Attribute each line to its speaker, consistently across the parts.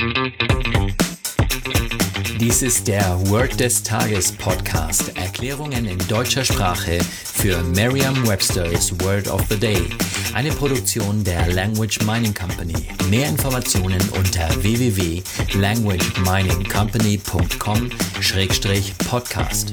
Speaker 1: Dies ist der Word des Tages Podcast. Erklärungen in deutscher Sprache für Merriam-Webster's Word of the Day. Eine Produktion der Language Mining Company. Mehr Informationen unter www.languageminingcompany.com/podcast.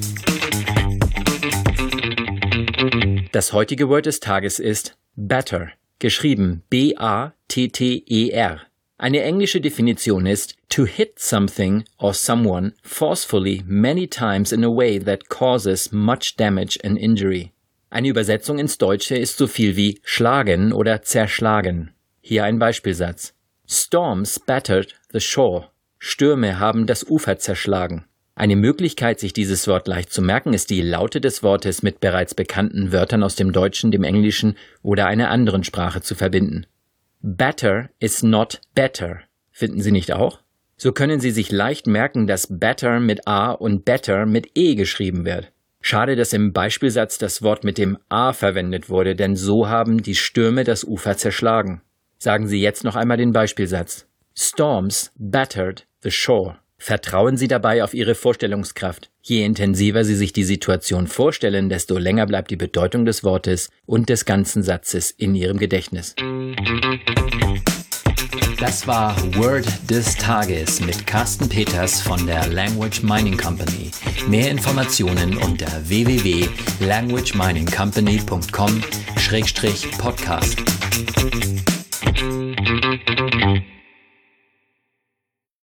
Speaker 1: Das heutige Word des Tages ist batter, geschrieben B-A-T-T-E-R. Eine englische Definition ist to hit something or someone forcefully many times in a way that causes much damage and injury. Eine Übersetzung ins Deutsche ist so viel wie schlagen oder zerschlagen. Hier ein Beispielsatz. Storms battered the shore. Stürme haben das Ufer zerschlagen. Eine Möglichkeit, sich dieses Wort leicht zu merken, ist die Laute des Wortes mit bereits bekannten Wörtern aus dem Deutschen, dem Englischen oder einer anderen Sprache zu verbinden. Batter is not better. Finden Sie nicht auch? So können Sie sich leicht merken, dass batter mit A und better mit E geschrieben wird. Schade, dass im Beispielsatz das Wort mit dem A verwendet wurde, denn so haben die Stürme das Ufer zerschlagen. Sagen Sie jetzt noch einmal den Beispielsatz. Storms battered the shore. Vertrauen Sie dabei auf Ihre Vorstellungskraft. Je intensiver Sie sich die Situation vorstellen, desto länger bleibt die Bedeutung des Wortes und des ganzen Satzes in Ihrem Gedächtnis. Das war Word des Tages mit Carsten Peters von der Language Mining Company. Mehr Informationen unter www.languageminingcompany.com/podcast.